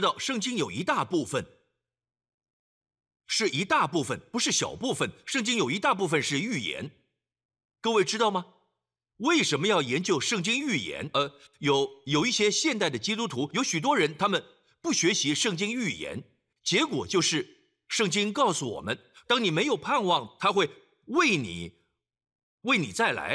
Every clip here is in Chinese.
道圣经有一大部分是一大部分，不是小部分。圣经有一大部分是预言，各位知道吗？为什么要研究圣经预言？有一些现代的基督徒，有许多人他们不学习圣经预言，结果就是圣经告诉我们，当你没有盼望，他会为你再来，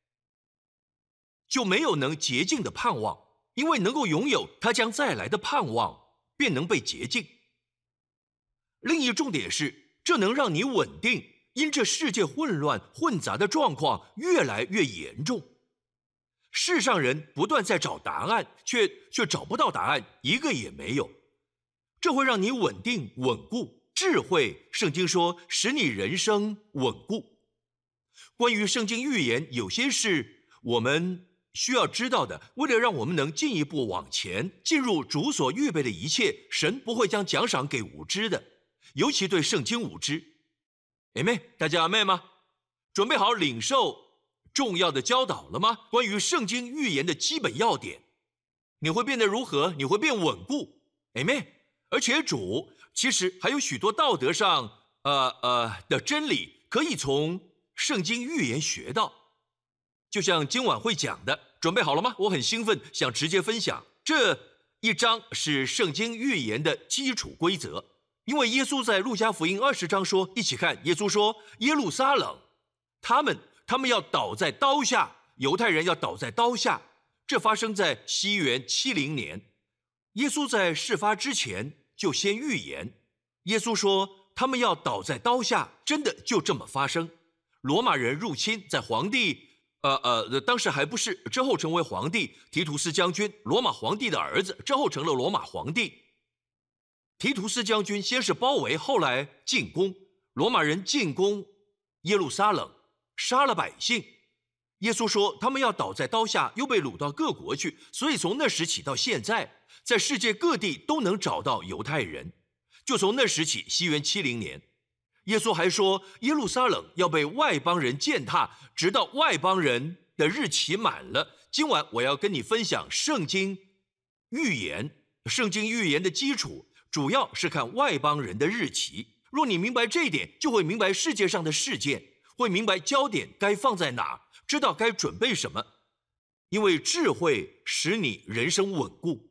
就没有能洁净的盼望，因为能够拥有他将再来的盼望，便能被洁净。另一重点是，这能让你稳定，因这世界混乱混杂的状况越来越严重，世上人不断在找答案，却找不到答案，一个也没有。这会让你稳定稳固，智慧，圣经说使你人生稳固。关于圣经预言，有些是我们需要知道的，为了让我们能进一步往前，进入主所预备的一切，神不会将奖赏给无知的，尤其对圣经无知。Amen， 大家 Amen 吗？准备好领受重要的教导了吗？关于圣经预言的基本要点，你会变得如何？你会变稳固。Amen。而且主其实还有许多道德上的真理可以从圣经预言学到，就像今晚会讲的。准备好了吗？我很兴奋，想直接分享。这一章是圣经预言的基础规则，因为耶稣在路加福音20章说，一起看，耶稣说耶路撒冷他们要倒在刀下，犹太人要倒在刀下。这发生在西元70年，耶稣在事发之前就先预言，耶稣说他们要倒在刀下，真的就这么发生。罗马人入侵，在皇帝当时还不是，之后成为皇帝，提图斯将军，罗马皇帝的儿子，之后成了罗马皇帝。提图斯将军先是包围，后来进攻，罗马人进攻耶路撒冷，杀了百姓。耶稣说他们要倒在刀下，又被掳到各国去，所以从那时起到现在，在世界各地都能找到犹太人。就从那时起，西元70年，耶稣还说耶路撒冷要被外邦人践踏，直到外邦人的日期满了。今晚我要跟你分享圣经预言，圣经预言的基础主要是看外邦人的日期。若你明白这一点，就会明白世界上的事件，会明白焦点该放在哪，知道该准备什么，因为智慧使你人生稳固。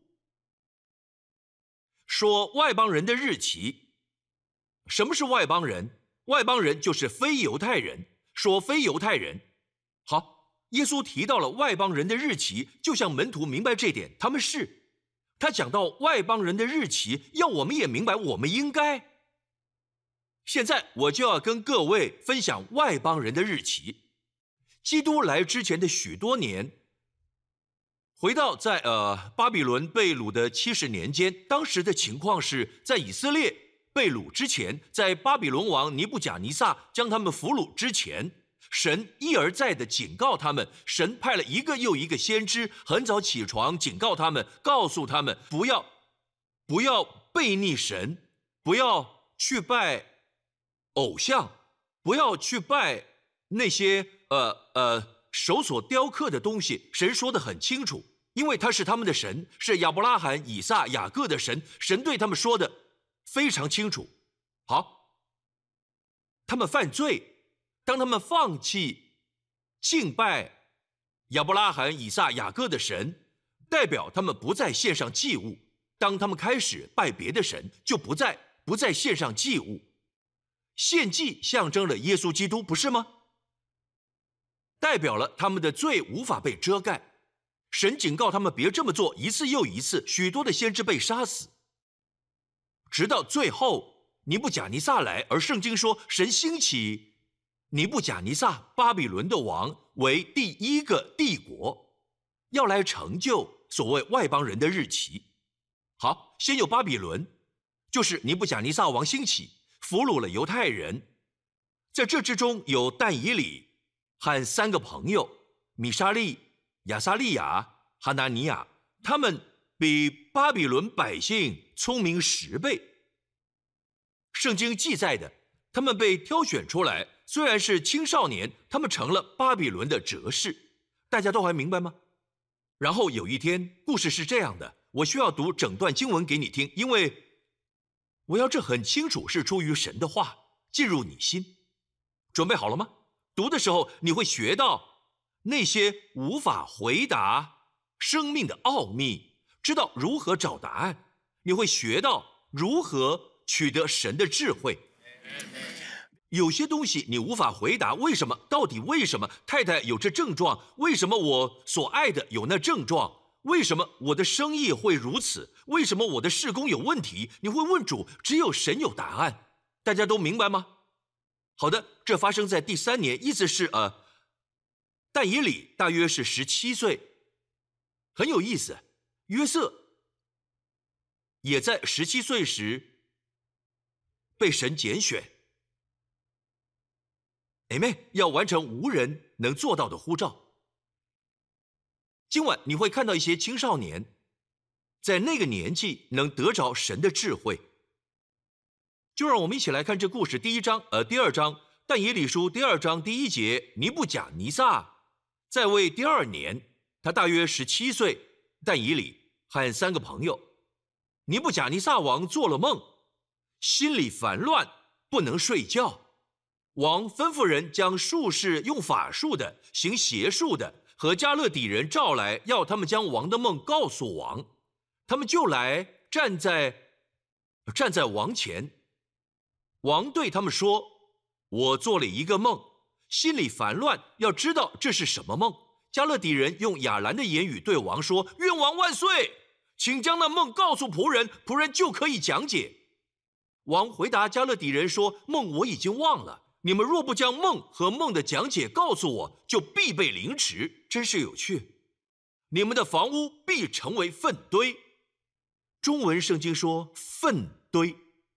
说外邦人的日期，什么是外邦人？外邦人就是非犹太人。说非犹太人，好，耶稣提到了外邦人的日期，就像门徒明白这点，他们是。他讲到外邦人的日期，要我们也明白，我们应该。现在我就要跟各位分享外邦人的日期。基督来之前的许多年，回到在巴比伦被掳的70年间，当时的情况是在以色列被掳之前，在巴比伦王尼布甲尼撒将他们俘虏之前，神一而再的警告他们，神派了一个又一个先知，很早起床警告他们，告诉他们不要背逆神，不要去拜偶像，不要去拜那些手所雕刻的东西。神说得很清楚，因为他是他们的神，是亚伯拉罕、以撒、雅各的神，神对他们说的非常清楚。好，他们犯罪，当他们放弃敬拜亚伯拉罕、以撒、雅各的神，代表他们不再献上祭物。当他们开始拜别的神，就不再献上祭物。献祭象征了耶稣基督，不是吗？代表了他们的罪无法被遮盖。神警告他们别这么做，一次又一次，许多的先知被杀死，直到最后尼布甲尼撒来，而圣经说神兴起尼布甲尼撒巴比伦的王为第一个帝国，要来成就所谓外邦人的日期。好，先有巴比伦，就是尼布甲尼撒王兴起，俘虏了犹太人。在这之中有但以理和3个朋友，米沙利、亚撒利亚、哈拿尼亚，他们比巴比伦百姓聪明10倍。圣经记载的，他们被挑选出来，虽然是青少年，他们成了巴比伦的哲士。大家都还明白吗？然后有一天，故事是这样的， 我需要读整段经文给你听，因为我要这很清楚是出于神的话，进入你心。准备好了吗？读的时候你会学到那些无法回答生命的奥秘，知道如何找答案，你会学到如何取得神的智慧。有些东西你无法回答，为什么？到底为什么太太有这症状？为什么我所爱的有那症状？为什么我的生意会如此？为什么我的事工有问题？你会问主，只有神有答案。大家都明白吗？好的，这发生在第3年，意思是但以理大约是17岁，很有意思。约瑟也在17岁时被神拣选。Amen， 要完成无人能做到的呼召。今晚你会看到一些青少年在那个年纪能得着神的智慧。就让我们一起来看这故事第2章，但以理书第2章第1节，尼布甲尼撒在位第2年，他大约17岁，但以理和3个朋友。尼布甲尼撒王做了梦，心里烦乱，不能睡觉。王吩咐人将术士用法术的、行邪术的和加勒底人召来，要他们将王的梦告诉王。他们就来站在王前。王对他们说：我做了一个梦，心里烦乱，要知道这是什么梦。加勒底人用亚兰的言语对王说：愿王万岁，请将那梦告诉仆人，仆人就可以讲解。王回答加勒底人说：梦我已经忘了，你们若不将梦和梦的讲解告诉我，就必被凌迟。真是有趣，你们的房屋必成为粪堆。中文圣经说粪堆。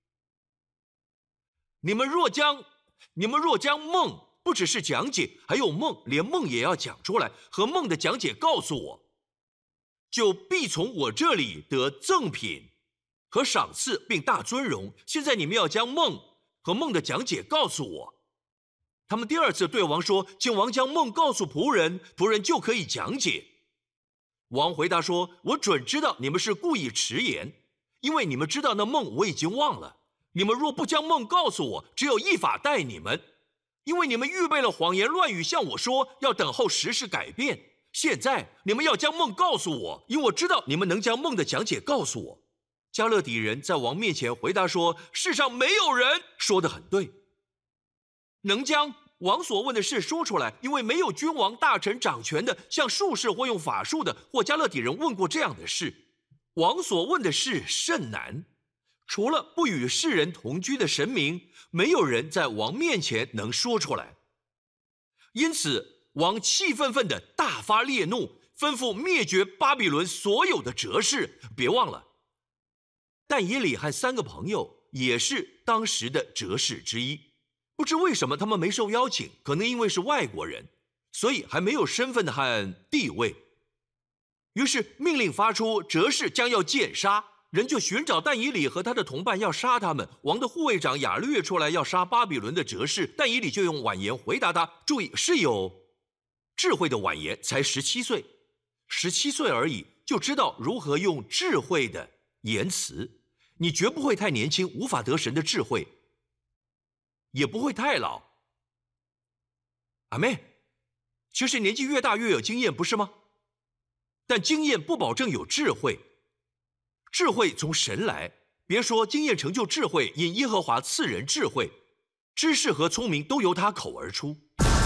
你们若将梦不只是讲解，还有梦，连梦也要讲出来，和梦的讲解告诉我，就必从我这里得赠品和赏赐，并大尊荣。现在你们要将梦和梦的讲解告诉我。他们第2次对王说：请王将梦告诉仆人，仆人就可以讲解。王回答说：我准知道你们是故意迟延，因为你们知道那梦我已经忘了。你们若不将梦告诉我，只有一法待你们，因为你们预备了谎言乱语向我说，要等候时势改变。现在你们要将梦告诉我，因为我知道你们能将梦的讲解告诉我。加勒底人在王面前回答说：世上没有人，说得很对，能将王所问的事说出来，因为没有君王、大臣掌权的，像术士或用法术的，或加勒底人问过这样的事。王所问的事甚难，除了不与世人同居的神明，没有人在王面前能说出来。因此王气愤愤的大发烈怒，吩咐灭绝巴比伦所有的哲士。别忘了，但以理和3个朋友也是当时的哲士之一。不知为什么他们没受邀请，可能因为是外国人，所以还没有身份和地位。于是命令发出，哲士将要剑杀，人就寻找但以理和他的同伴要杀他们。王的护卫长亚略出来要杀巴比伦的哲士，但以理就用婉言回答他。注意，是有智慧的婉言，才17岁，17岁而已，就知道如何用智慧的言辞。你绝不会太年轻，无法得神的智慧，也不会太老。阿们。其实年纪越大越有经验，不是吗？但经验不保证有智慧，智慧从神来。别说经验成就智慧，因耶和华赐人智慧，知识和聪明都由他口而出。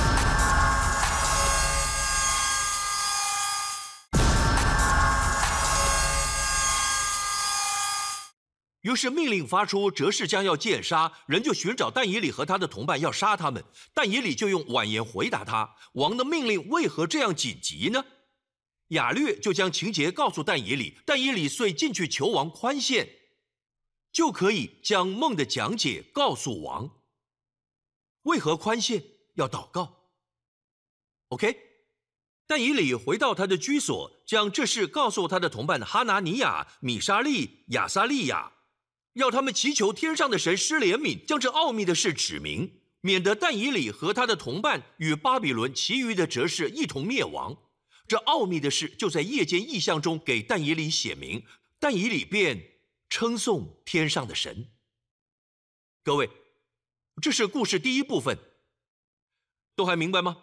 于是命令发出，哲士将要剑杀，人就寻找但以理和他的同伴要杀他们。但以理就用婉言回答他。王的命令为何这样紧急呢？亚略就将情节告诉但以理，但以理遂进去求王宽限，就可以将梦的讲解告诉王。为何宽限？要祷告。OK， 但以理回到他的居所，将这事告诉他的同伴哈拿尼亚、米沙利、亚撒利亚，要他们祈求天上的神施怜悯，将这奥秘的事指明，免得但以理和他的同伴与巴比伦其余的哲士一同灭亡。 这奥秘的事就在夜间异象中给但以理写明，但以理便称颂天上的神。各位，这是故事第一部分，都还明白吗？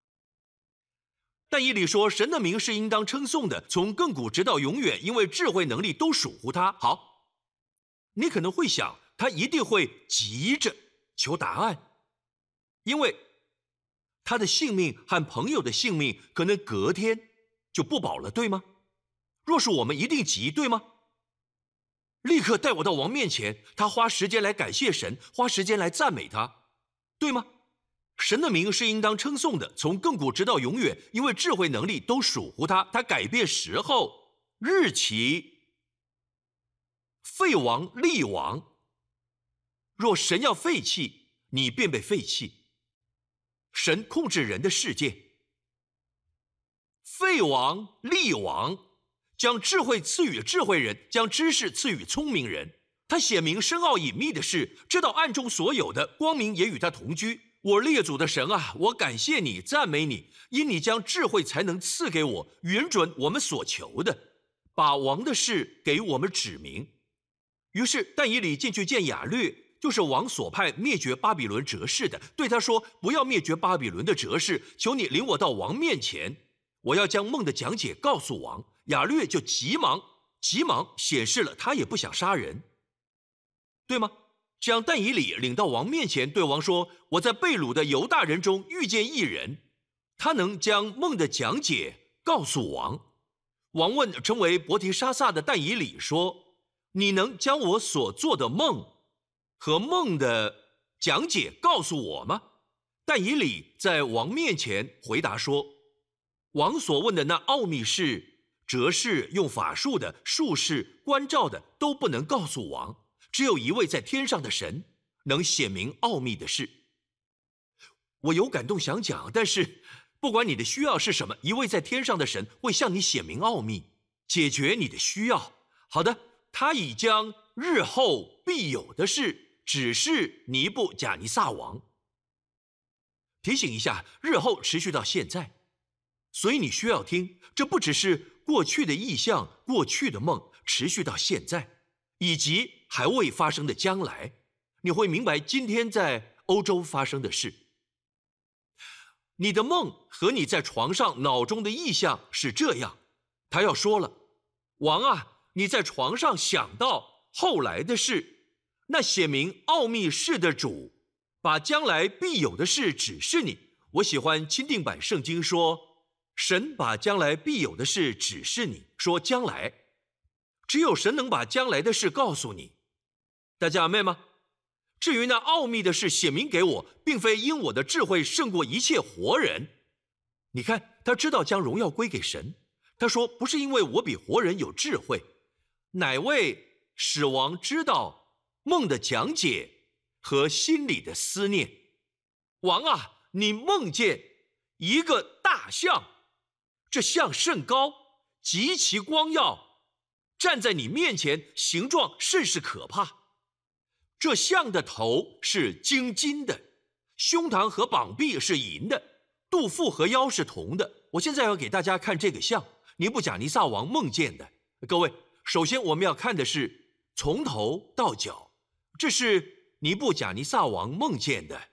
但以理说，神的名是应当称颂的，从亘古直到永远，因为智慧能力都属乎他。好，你可能会想，他一定会急着求答案，因为他的性命和朋友的性命可能隔天就不保了，对吗？若是我们一定急，对吗？立刻带我到王面前，他花时间来感谢神，花时间来赞美他，对吗？神的名是应当称颂的，从亘古直到永远，因为智慧能力都属乎他。他改变时候、日期，废王立王。若神要废弃，你便被废弃。神控制人的世界，废王立王，将智慧赐予智慧人，将知识赐予聪明人。他显明深奥隐秘的事，知道暗中所有的，光明也与他同居。我列祖的神啊，我感谢你，赞美你，因你将智慧才能赐给我，允准我们所求的，把王的事给我们指明。于是但以理进去见亚略，就是王所派灭绝巴比伦哲士的，对他说，不要灭绝巴比伦的哲士，求你领我到王面前，我要将梦的讲解告诉王。亚略就急忙显示了他也不想杀人，对吗？将但以理领到王面前，对王说，我在被掳的犹大人中遇见一人，他能将梦的讲解告诉王。王问称为伯提沙撒的但以理说，你能将我所做的梦和梦的讲解告诉我吗？但以理在王面前回答说，王所问的那奥秘事，哲士用法术的、术士关照的都不能告诉王，只有一位在天上的神能显明奥秘的事。我有感动想讲，但是不管你的需要是什么，一位在天上的神会向你显明奥秘，解决你的需要。好的，他已将日后必有的事指示尼布甲尼撒王。提醒一下，日后持续到现在，所以你需要听，这不只是过去的意象、过去的梦，持续到现在，以及还未发生的将来。你会明白今天在欧洲发生的事。你的梦和你在床上脑中的意象是这样，他要说了，王啊，你在床上想到后来的事，那显明奥秘事的主把将来必有的事指示你。我喜欢钦定版圣经说，神把将来必有的事指示你，说将来，只有神能把将来的事告诉你。大家阿们吗？至于那奥秘的事显明给我，并非因我的智慧胜过一切活人。你看，他知道将荣耀归给神。他说，不是因为我比活人有智慧，乃为使王知道梦的讲解和心里的思念。王啊，你梦见一个大象，这象甚高，极其光耀，站在你面前，形状甚是可怕。这象的头是精金的，胸膛和膀臂是银的，肚腹和腰是铜的。我现在要给大家看这个象，尼布甲尼撒王梦见的。各位，首先我们要看的是从头到脚，这是尼布甲尼撒王梦见的，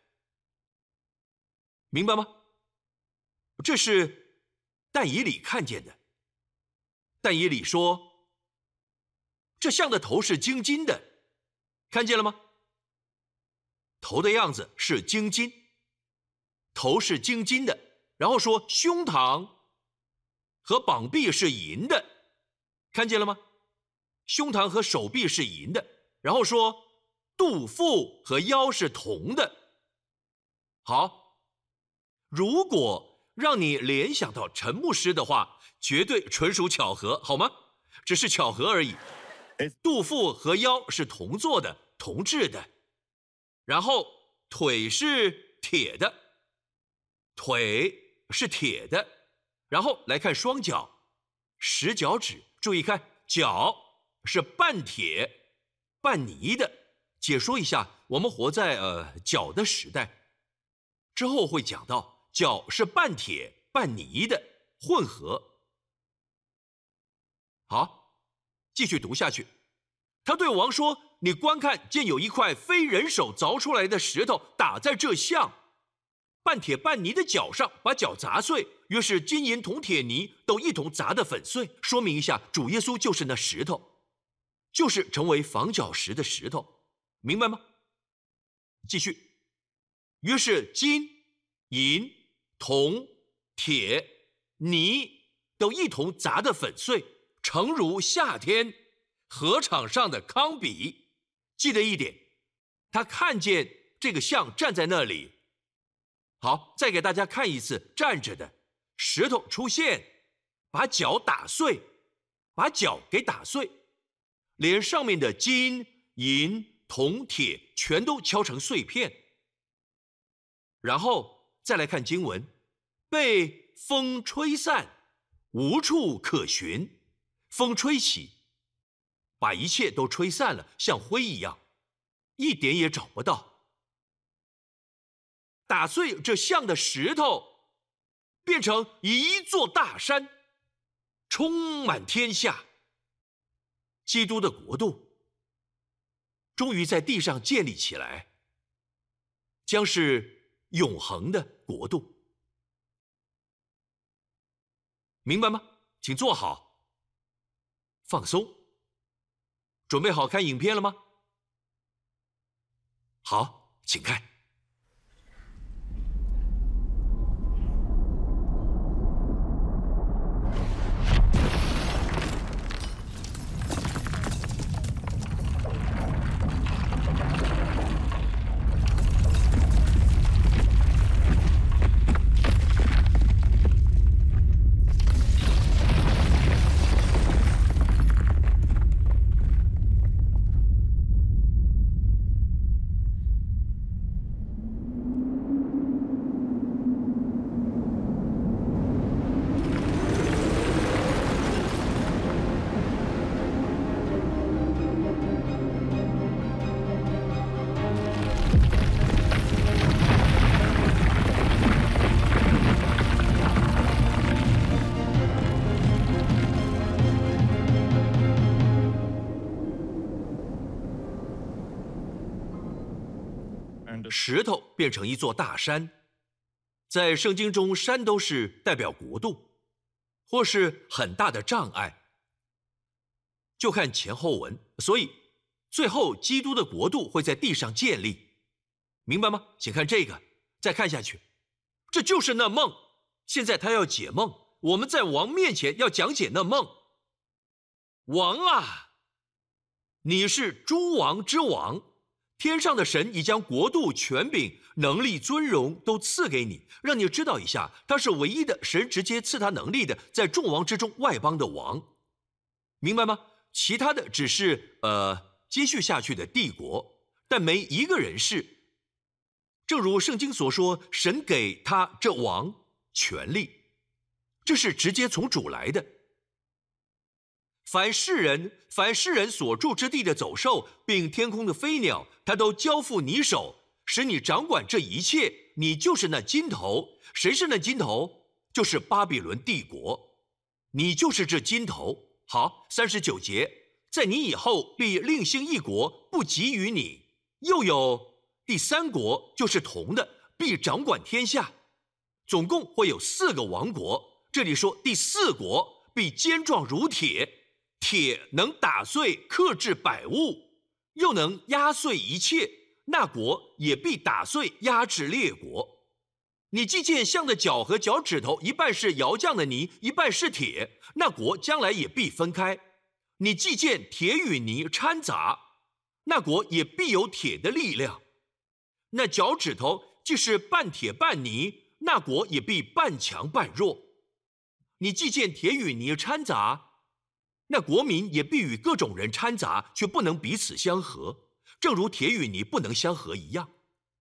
明白吗？这是但以理看见的。但以理说，这象的头是精金的，看见了吗？头的样子是精金，头是精金的。然后说胸膛和膀臂是银的，看见了吗？胸膛和手臂是银的。然后说肚腹和腰是铜的。好，如果让你联想到陈牧师的话，绝对纯属巧合，好吗？只是巧合而已。肚腹和腰是铜做的，铜制的。然后腿是铁的，腿是铁的。然后来看双脚，10脚趾，注意看，脚是半铁半泥的。解说一下，我们活在脚的时代，之后会讲到脚是半铁半泥的， 混合。好，继续读下去。他对王说：“你观看，见有一块非人手凿出来的石头打在这像半铁半泥的脚上，把脚砸碎，约是金银铜铁泥都一同砸得粉碎。”说明一下，主耶稣就是那石头，就是成为房角石的石头，明白吗？继续，约是金、银、铜、铁、泥都一同砸得粉碎，诚如夏天禾场上的糠秕。记得一点，他看见这个像站在那里。好，再给大家看一次站着的石头出现，把脚打碎，把脚给打碎，连上面的金、银、铜、铁全都敲成碎片。然后再来看经文，被风吹散，无处可寻。风吹起，把一切都吹散了，像灰一样，一点也找不到。打碎这像的石头，变成一座大山，充满天下。基督的国度终于在地上建立起来，将是永恒的国度，明白吗？请坐好，放松。准备好看影片了吗？好，请看。石头变成一座大山，在圣经中，山都是代表国度，或是很大的障碍，就看前后文。所以，最后基督的国度会在地上建立，明白吗？请看这个，再看下去，这就是那梦。现在他要解梦，我们在王面前要讲解那梦。王啊，你是诸王之王。天上的神已将国度、权柄、能力、尊荣都赐给你，让你知道一下，他是唯一的神，直接赐他能力的，在众王之中外邦的王，明白吗？其他的只是接续下去的帝国，但没一个人是。正如圣经所说，神给他这王权力，这是直接从主来的。凡世人所住之地的走兽，并天空的飞鸟，他都交付你手，使你掌管这一切。你就是那金头。谁是那金头？就是巴比伦帝国。你就是这金头。好，39节，在你以后必另兴一国，不及于你。又有第三国，就是铜的，必掌管天下。总共会有4个王国。这里说第4国必坚壮如铁。铁能打碎克制百物，又能压碎一切，那国也必打碎压制列国。你既见象的脚和脚趾头，一半是窑匠的泥，一半是铁，那国将来也必分开。你既见铁与泥掺杂，那国也必有铁的力量。那脚趾头既是半铁半泥，那国也必半强半弱。你既见铁与泥掺杂，那国民也必与各种人掺杂，却不能彼此相合，正如铁与泥不能相合一样。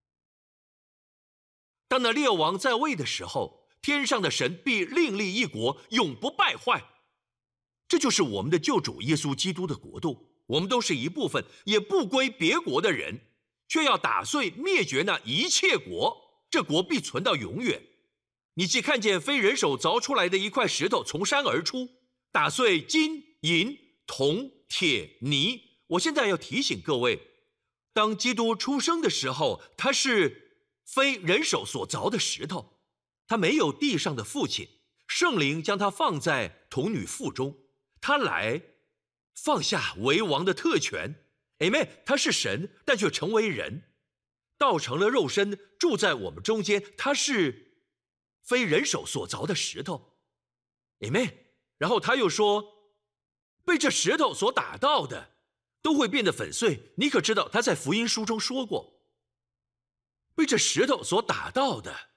当那列王在位的时候，天上的神必另立一国，永不败坏。这就是我们的救主耶稣基督的国度。我们都是一部分，也不归别国的人，却要打碎灭绝那一切国，这国必存到永远。 你既看见非人手凿出来的一块石头从山而出，打碎金、银、铜、铁、泥。我现在要提醒各位，当基督出生的时候，他是非人手所凿的石头，他没有地上的父亲，圣灵将他放在童女腹中，他来放下为王的特权。Amen， 他是神，但却成为人，道成了肉身，住在我们中间。他是非人手所凿的石头。Amen。然后他又说，被这石头所打到的都会变得粉碎。你可知道他在福音书中说过，被这石头所打到的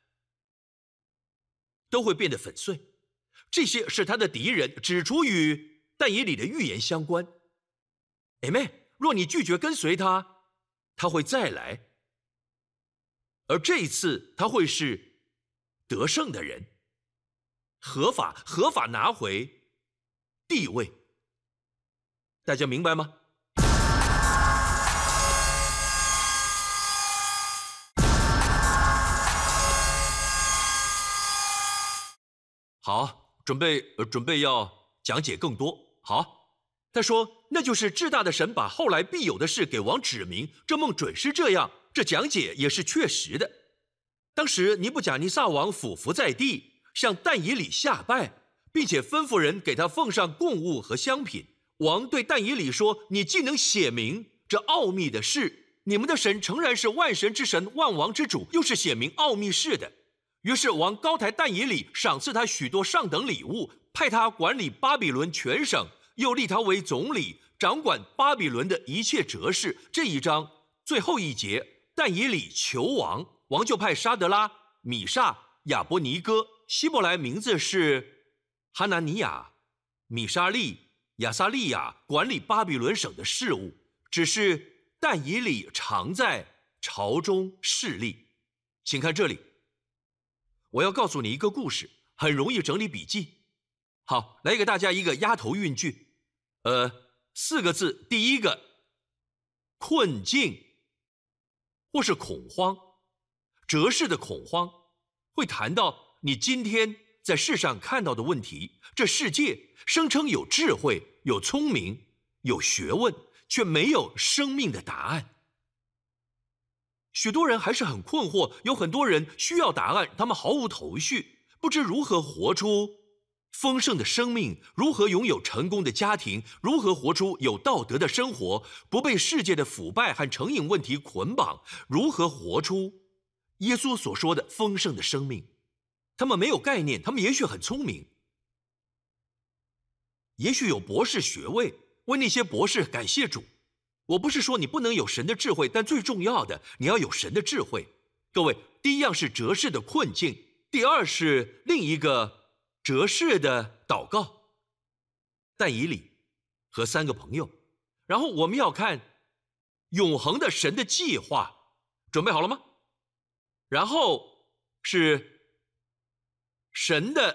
都会变得粉碎。这些是他的敌人指出与但以理的预言相关。Amen。若你拒绝跟随他，他会再来，而这一次他会是得胜的人，合法拿回地位。大家明白吗？好，准备要讲解更多。好。他说，那就是至大的神把后来必有的事给王指明，这梦准是这样，这讲解也是确实的。当时尼布甲尼撒王俯伏在地，向但以理下拜，并且吩咐人给他奉上供物和香品。王对但以理说，你既能写明这奥秘的事，你们的神诚然是万神之神，万王之主，又是写明奥秘事的。于是王高抬但以理，赏赐他许多上等礼物，派他管理巴比伦全省，又立他为总理，掌管巴比伦的一切哲事。这一章最后一节，但以理求王，王就派沙德拉、米煞、亚伯尼哥，希伯来名字是哈拿尼亚、米沙利、亚撒利亚，管理巴比伦省的事务。只是但以理常在朝中侍立。请看这里，我要告诉你一个故事，很容易整理笔记。好，来给大家一个押头韵句。4个字，第一个，困境或是恐慌，哲士的恐慌，会谈到你今天在世上看到的问题。这世界声称有智慧、有聪明、有学问，却没有生命的答案。许多人还是很困惑，有很多人需要答案，他们毫无头绪，不知如何活出丰盛的生命，如何拥有成功的家庭，如何活出有道德的生活，不被世界的腐败和成瘾问题捆绑，如何活出耶稣所说的丰盛的生命。他们没有概念，他们也许很聪明，也许有博士学位，为那些博士感谢主。我不是说你不能有神的智慧，但最重要的，你要有神的智慧。各位，第一样是哲士的困境，第二是另一个哲士的祷告，但以理和3个朋友。然后我们要看永恒的神的计划，准备好了吗？然后是神的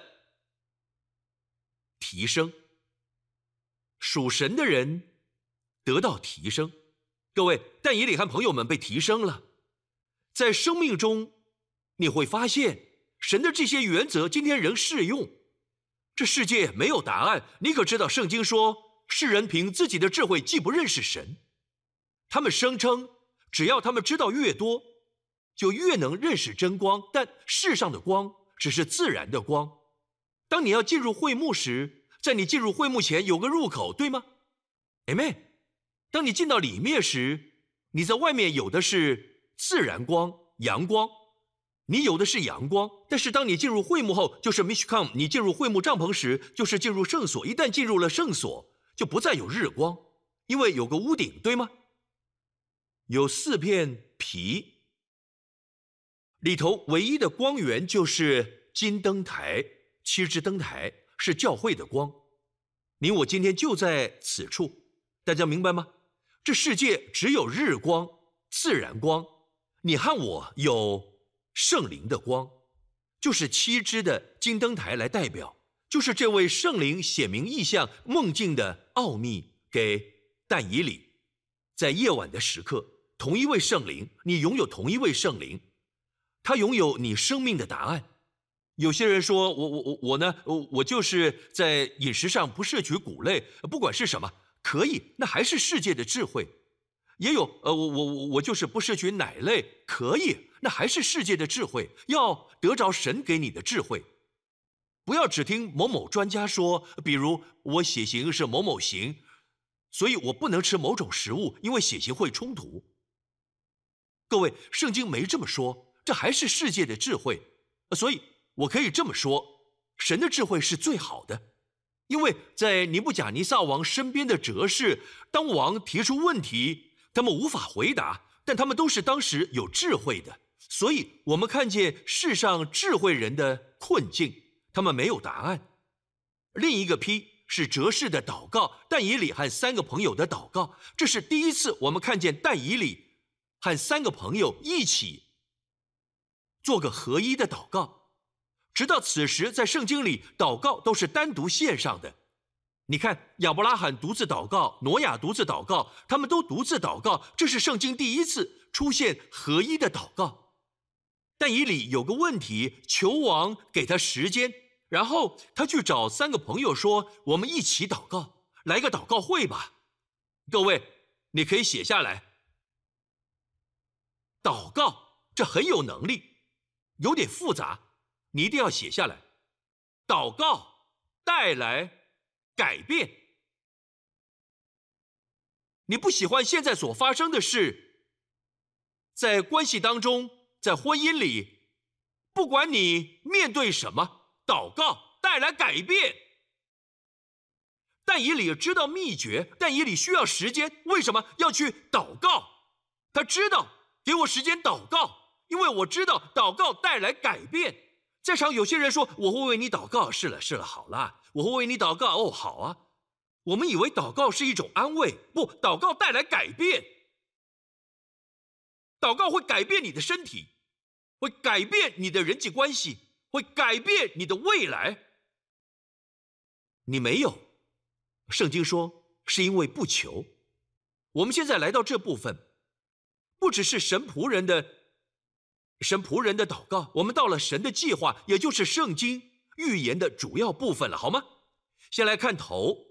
提升，属神的人得到提升。各位，但以理和朋友们被提升了。在生命中你会发现神的这些原则今天仍适用。这世界没有答案，你可知道圣经说世人凭自己的智慧既不认识神。他们声称只要他们知道越多，就越能认识真光，但世上的光只是自然的光。当你要进入会幕时，在你进入会幕前有个入口，对吗？ Amen。 当你进到里面时，你在外面有的是自然光、阳光，你有的是阳光。但是当你进入会幕后，就是 Mishkan， 你进入会幕帐篷时，就是进入圣所。一旦进入了圣所，就不再有日光，因为有个屋顶，对吗？有4片皮，里头唯一的光源就是金灯台，7只灯台是教会的光。你我今天就在此处，大家明白吗？这世界只有日光、自然光，你和我有圣灵的光，就是7只的金灯台来代表，就是这位圣灵显明异象梦境的奥秘给但以理。在夜晚的时刻，同一位圣灵，你拥有同一位圣灵，他拥有你生命的答案。 有些人说我呢，我就是在饮食上不摄取谷类，不管是什么，可以，那还是世界的智慧。也有我就是不摄取奶类，可以，那还是世界的智慧。要得着神给你的智慧，不要只听某某专家说，比如我血型是某某型，所以我不能吃某种食物，因为血型会冲突。各位，圣经没这么说，这还是世界的智慧。所以我可以这么说，神的智慧是最好的。因为在尼布甲尼撒王身边的哲士，当王提出问题，他们无法回答，但他们都是当时有智慧的。所以我们看见世上智慧人的困境，他们没有答案。另一个批是哲士的祷告，但以理和3个朋友的祷告，这是第一次我们看见但以理和3个朋友一起做个合一的祷告。直到此时，在圣经里，祷告都是单独献上的。你看，亚伯拉罕独自祷告，挪亚独自祷告，他们都独自祷告，这是圣经第一次出现合一的祷告。但以理有个问题，求王给他时间，然后他去找3个朋友说：“我们一起祷告，来个祷告会吧。”各位，你可以写下来。祷告这很有能力，有点复杂。你一定要写下来。祷告带来改变。你不喜欢现在所发生的事，在关系当中，在婚姻里，不管你面对什么，祷告带来改变。但以理知道秘诀，但以理需要时间，为什么要去祷告？他知道，给我时间祷告，因为我知道祷告带来改变。在场有些人说，我会为你祷告，是了，好了，我会为你祷告，哦，好啊。我们以为祷告是一种安慰，不，祷告带来改变。祷告会改变你的身体，会改变你的人际关系，会改变你的未来。你没有，圣经说是因为不求。我们现在来到这部分，不只是神仆人的祷告，我们到了神的计划，也就是圣经预言的主要部分了，好吗？先来看头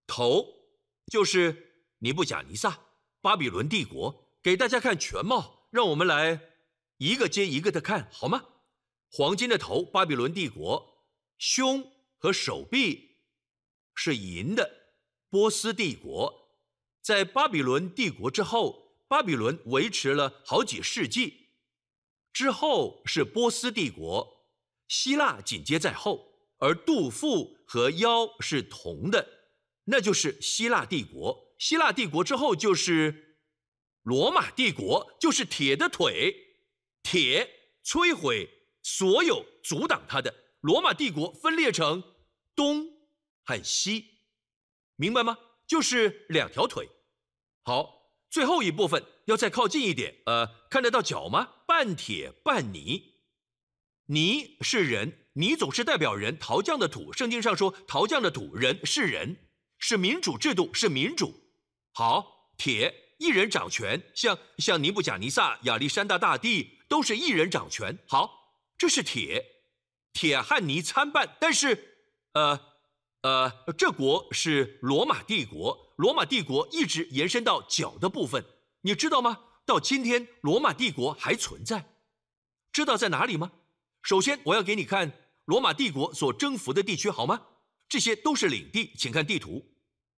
就是尼布甲尼撒，巴比伦帝国，给大家看全貌，让我们来一个接一个的看，好吗？黄金的头，巴比伦帝国，胸和手臂是银的，波斯帝国。在巴比伦帝国之后，巴比伦维持了好几世纪。之后是波斯帝国，希腊紧接在后，而肚腹和腰是铜的，那就是希腊帝国。希腊帝国之后就是罗马帝国，就是铁的腿，铁摧毁所有阻挡它的。罗马帝国分裂成东和西，明白吗？就是2条腿。好，最后一部分要再靠近一点，看得到脚吗？半铁半泥，泥是人，泥总是代表人，陶匠的土，圣经上说陶匠的土，人是人，是民主制度，是民主。好，铁一人掌权，像尼布甲尼撒、亚历山大大帝都是一人掌权。好，这是铁和泥参半，但是这国是罗马帝国，罗马帝国一直延伸到脚的部分，你知道吗？到今天罗马帝国还存在，知道在哪里吗？首先我要给你看罗马帝国所征服的地区，好吗？这些都是领地，请看地图。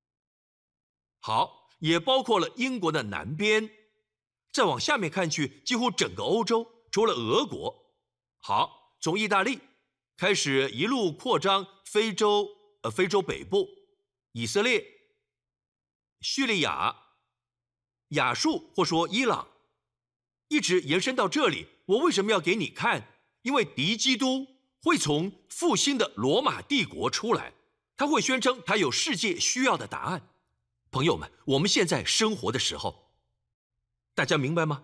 好，也包括了英国的南边，再往下面看去，几乎整个欧洲，除了俄国。好，从意大利开始一路扩张，非洲北部，以色列、叙利亚、亚述或说伊朗，一直延伸到这里。我为什么要给你看？因为敌基督会从复兴的罗马帝国出来，他会宣称他有世界需要的答案。朋友们，我们现在生活的时候，大家明白吗？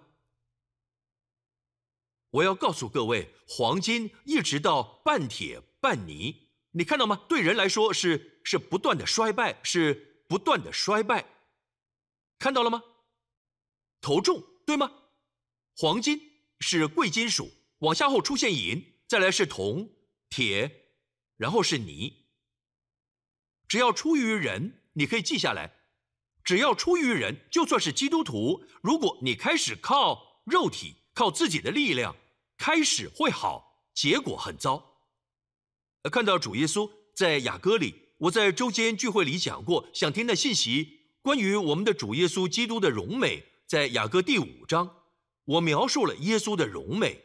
我要告诉各位，黄金一直到半铁半泥，你看到吗？对人来说是不断的衰败，是不断的衰败，看到了吗？头重，对吗？黄金是贵金属，往下后出现银，再来是铜， 铁，然后是泥。只要出于人，你可以记下来，只要出于人，就算是基督徒，如果你开始靠肉体，靠自己的力量，开始会好，结果很糟。看到主耶稣在雅歌里，我在周间聚会里讲过，想听的信息关于我们的主耶稣基督的荣美，在雅歌第5章，我描述了耶稣的荣美。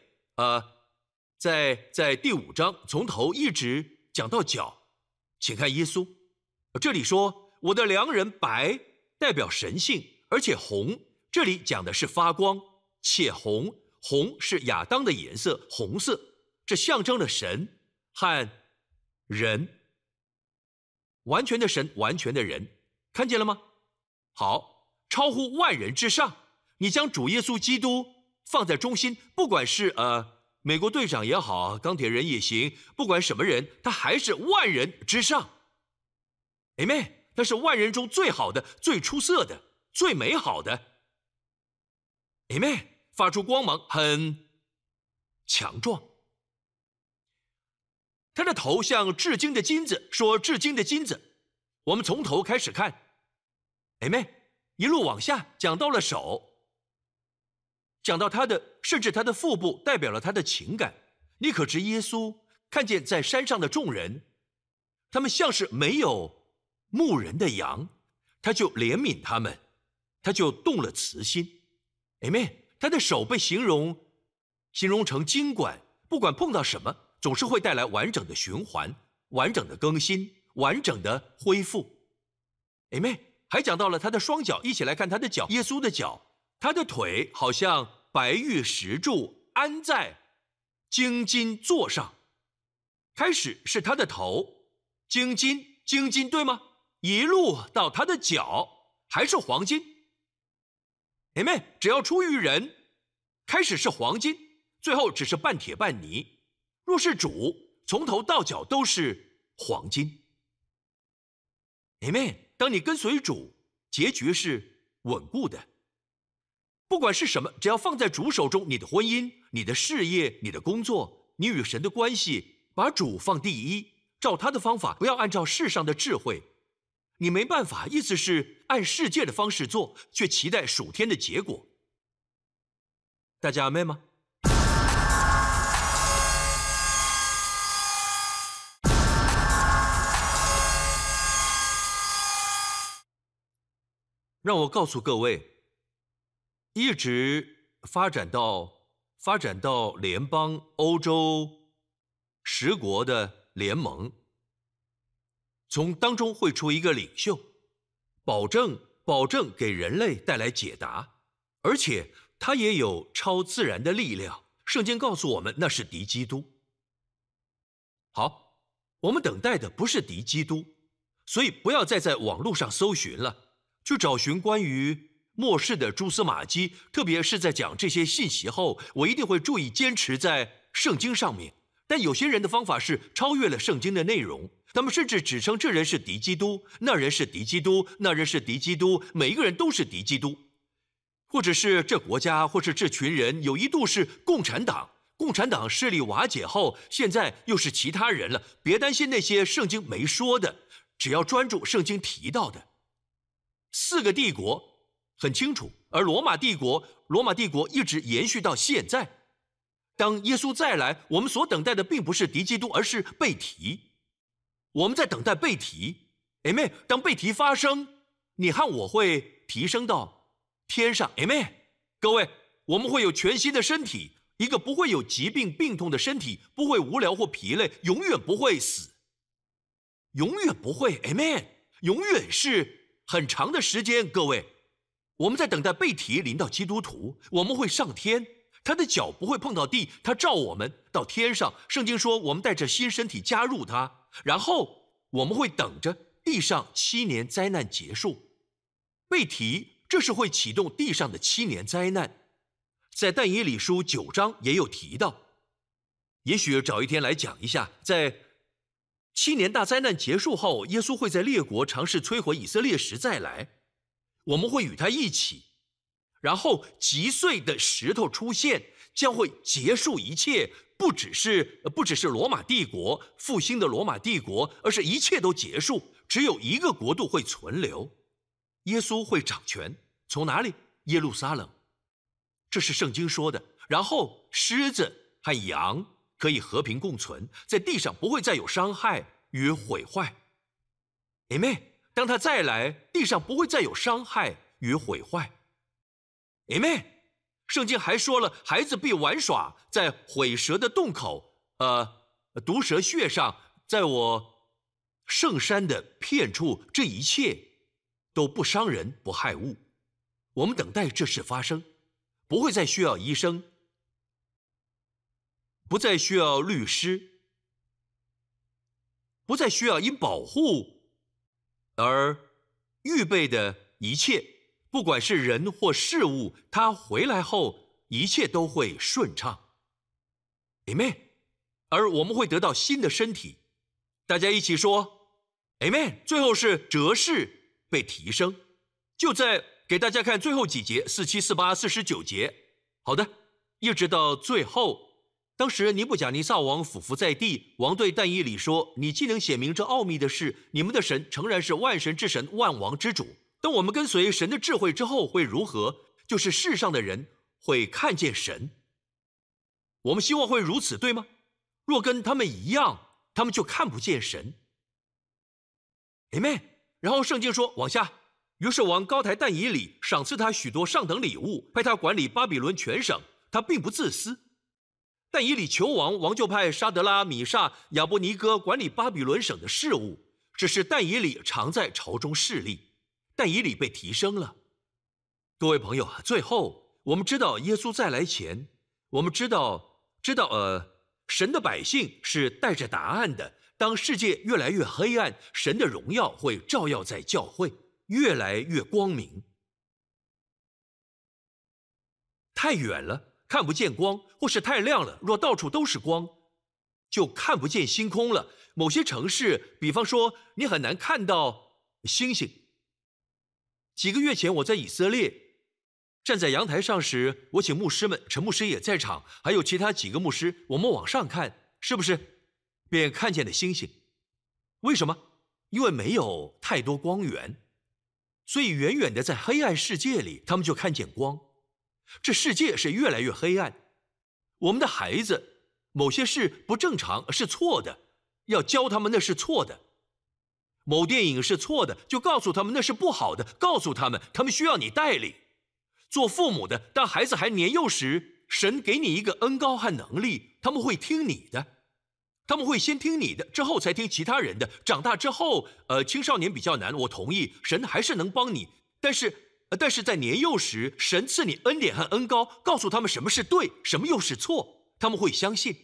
在第5章从头一直讲到脚，请看耶稣。这里说我的良人白代表神性，而且红这里讲的是发光，且红是亚当的颜色，红色，这象征了神和人，完全的神，完全的人，看见了吗？好，超乎万人之上，你将主耶稣基督放在中心，不管是美国队长也好，钢铁人也行，不管什么人，他还是万人之上。Amen， 他是万人中最好的，最出色的，最美好的。Amen， 发出光芒，很强壮。他的头像至精的金子，说至精的金子。我们从头开始看 Amen， 一路往下讲到了手，讲到他的，甚至他的腹部代表了他的情感。你可知耶稣看见在山上的众人，他们像是没有牧人的羊，他就怜悯他们，他就动了慈心。Amen， 他的手被形容成经管，不管碰到什么，总是会带来完整的循环，完整的更新，完整的恢复。Amen， 还讲到了他的双脚，一起来看他的脚，耶稣的脚，他的腿好像白玉石柱安在精金座上。开始是他的头，精金对吗？一路到他的脚还是黄金。Amen， 只要出于人，开始是黄金，最后只是半铁半泥。若是主，从头到脚都是黄金。Amen， 当你跟随主，结局是稳固的。不管是什么，只要放在主手中，你的婚姻、你的事业、你的工作，你与神的关系，把主放第一，照他的方法，不要按照世上的智慧。你没办法，意思是按世界的方式做，却期待属天的结果。大家阿们吗？让我告诉各位，一直发展到联邦欧洲10国的联盟，从当中会出一个领袖，保证给人类带来解答，而且他也有超自然的力量。圣经告诉我们，那是敌基督。好，我们等待的不是敌基督，所以不要再在网络上搜寻了。去找寻关于末世的蛛丝马迹，特别是在讲这些信息后，我一定会注意坚持在圣经上面。但有些人的方法是超越了圣经的内容，他们甚至指称这人是敌基督，那人是敌基督，那人是敌基督，每一个人都是敌基督，或者是这国家或是这群人有一度是共产党，共产党势力瓦解后，现在又是其他人了。别担心那些圣经没说的，只要专注圣经提到的。4个帝国很清楚，而罗马帝国一直延续到现在。当耶稣再来，我们所等待的并不是敌基督，而是被提。我们在等待被提。Amen， 当被提发生，你和我会提升到天上。Amen， 各位，我们会有全新的身体，一个不会有疾病病痛的身体，不会无聊或疲累，永远不会死，永远不会。Amen， 永远是很长的时间。各位，我们在等待被提临到基督徒，我们会上天，他的脚不会碰到地，他照我们到天上。圣经说我们带着新身体加入他，然后我们会等着地上7年灾难结束。被提，这是会启动地上的7年灾难，在但以理书9章也有提到。也许找一天来讲一下，在7年大灾难结束后，耶稣会在列国尝试摧毁以色列时再来，我们会与他一起，然后击碎的石头出现，将会结束一切， 不只是罗马帝国复兴的罗马帝国，而是一切都结束，只有一个国度会存留，耶稣会掌权。从哪里？耶路撒冷。这是圣经说的。然后狮子和羊可以和平共存，在地上不会再有伤害与毁坏。Amen。当他再来，地上不会再有伤害与毁坏。Amen。圣经还说了，孩子必玩耍在毁蛇的洞口，毒蛇穴上，在我圣山的片处，这一切都不伤人不害物。我们等待这事发生，不会再需要医生，不再需要律师，不再需要因保护而预备的一切，不管是人或事物，他回来后一切都会顺畅。Amen。而我们会得到新的身体。大家一起说 Amen。最后是哲士被提升。就在给大家看最后几节，47、48、49节。好的，一直到最后。当时尼布甲尼撒王俯伏在地，王对但以理说：“你既能显明这奥秘的事，你们的神诚然是万神之神，万王之主。当我们跟随神的智慧之后会如何？就是世上的人会看见神。我们希望会如此，对吗？若跟他们一样，他们就看不见神。Amen。然后圣经说，往下，于是王高抬但以理，赏赐他许多上等礼物，派他管理巴比伦全省。他并不自私。但以理求王，王就派沙德拉、米煞、亚伯尼哥管理巴比伦省的事务。只是但以理常在朝中侍立。但以理被提升了。各位朋友，最后我们知道耶稣再来前，我们知道神的百姓是带着答案的。当世界越来越黑暗，神的荣耀会照耀在教会，越来越光明。太远了看不见光，或是太亮了，若到处都是光，就看不见星空了。某些城市，比方说你很难看到星星。几个月前我在以色列站在阳台上时，我请牧师们，陈牧师也在场，还有其他几个牧师，我们往上看，是不是便看见了星星？为什么？因为没有太多光源，所以远远的在黑暗世界里，他们就看见光。这世界是越来越黑暗，我们的孩子某些事不正常，是错的，要教他们那是错的。某电影是错的，就告诉他们那是不好的，告诉他们他们需要你带领。做父母的，当孩子还年幼时，神给你一个恩膏和能力，他们会听你的，他们会先听你的，之后才听其他人的。长大之后，青少年比较难，我同意，神还是能帮你，但是在年幼时，神赐你恩典和恩膏，告诉他们什么是对，什么又是错，他们会相信。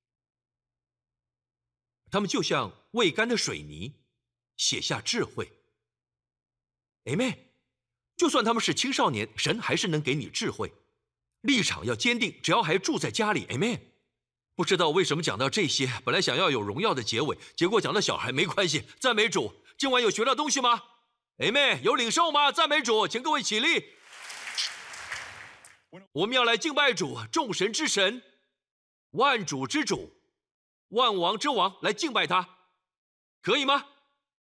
他们就像未干的水泥，写下智慧。Amen。就算他们是青少年，神还是能给你智慧。立场要坚定，只要还住在家里。Amen。不知道为什么讲到这些，本来想要有荣耀的结尾，结果讲到小孩，没关系。赞美主，今晚有学到东西吗？Amen。有领受吗？赞美主，请各位起立。我们要来敬拜主，众神之神，万主之主，万王之王，来敬拜他，可以吗？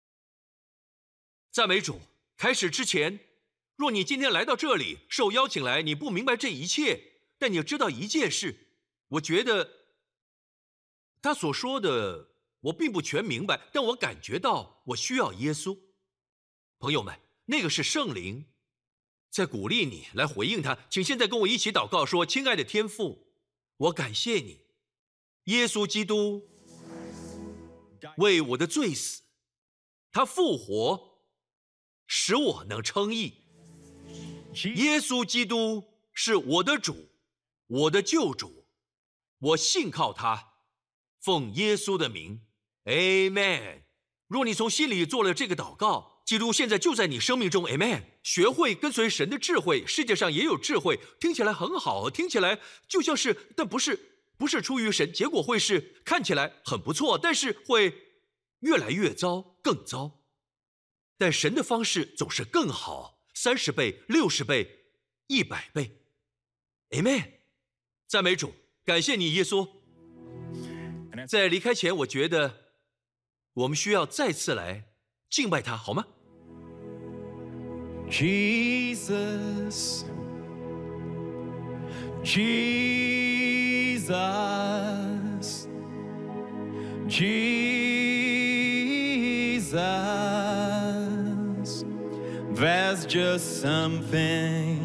赞美主。开始之前，若你今天来到这里，受邀请来，你不明白这一切，但你知道一件事，我觉得他所说的我并不全明白，但我感觉到我需要耶稣。朋友们，那个是圣灵在鼓励你来回应他。请现在跟我一起祷告说，亲爱的天父，我感谢你，耶稣基督为我的罪死，他复活使我能称义。耶稣基督是我的主，我的救主，我信靠他，奉耶稣的名 Amen。 若你从心里做了这个祷告，基督现在就在你生命中 Amen。 学会跟随神的智慧，世界上也有智慧，听起来很好，听起来就像是，但不是出于神，结果会是看起来很不错，但是会越来越糟，更糟。但神的方式总是更好，30倍、60倍、100倍。Amen。 赞美主，感谢你耶稣。 在离开前，我觉得我们需要再次来敬拜他，好吗？ Jesus, Jesus, Jesus. There's just something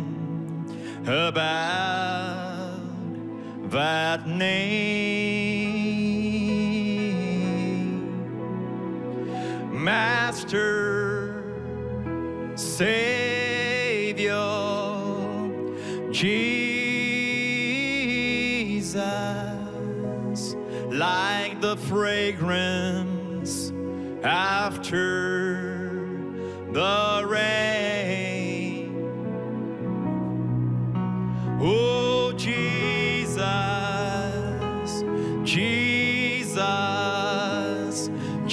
about that name. Master, Savior, Jesus, like the fragrance after the rain. Oh, Jesus, Jesus,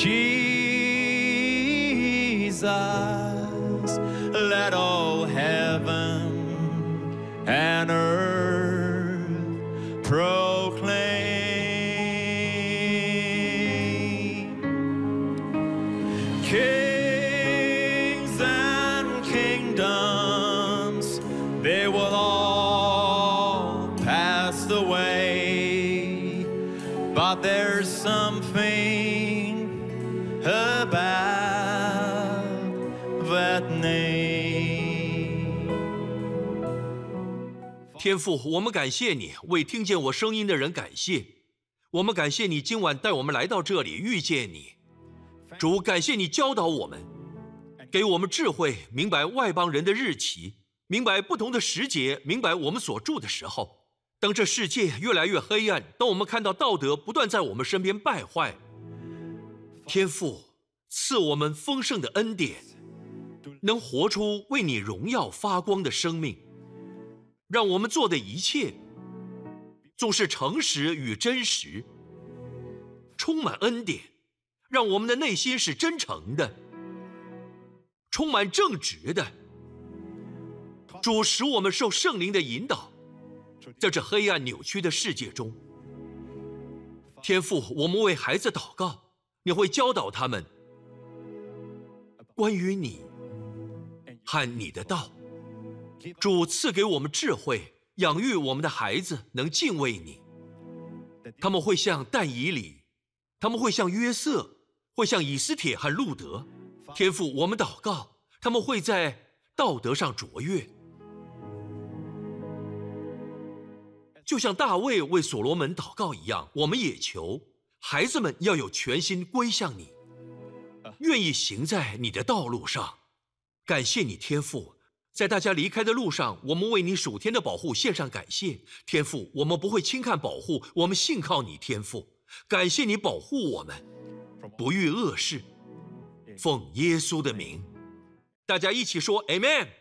Jesus, let all heaven and earth proclaim. Kings and kingdoms, they will all pass away, but there's something about that name. 天父，我们感谢你，为听见我声音的人感谢。我们感谢你今晚带我们来到这里，遇见你。主，感谢你教导我们，给我们智慧，明白外邦人的日期，明白不同的时节，明白我们所住的时候。当这世界越来越黑暗，当我们看到道德不断在我们身边败坏，天父赐我们丰盛的恩典，能活出为你荣耀发光的生命。让我们做的一切总是诚实与真实，充满恩典，让我们的内心是真诚的，充满正直的。主，使我们受圣灵的引导，在这黑暗扭曲的世界中。天父，我们为孩子祷告，你会教导他们关于你和你的道。主赐给我们智慧，养育我们的孩子能敬畏你。他们会像但以理，他们会像约瑟，会像以斯帖和路德。天父，我们祷告，他们会在道德上卓越，就像大卫为所罗门祷告一样。我们也求孩子们要有全心归向你，愿意行在你的道路上。感谢你，天父，在大家离开的路上，我们为你属天的保护献上感谢。天父，我们不会轻看保护，我们信靠你。天父，感谢你保护我们，不遇恶事。奉耶稣的名，大家一起说 Amen。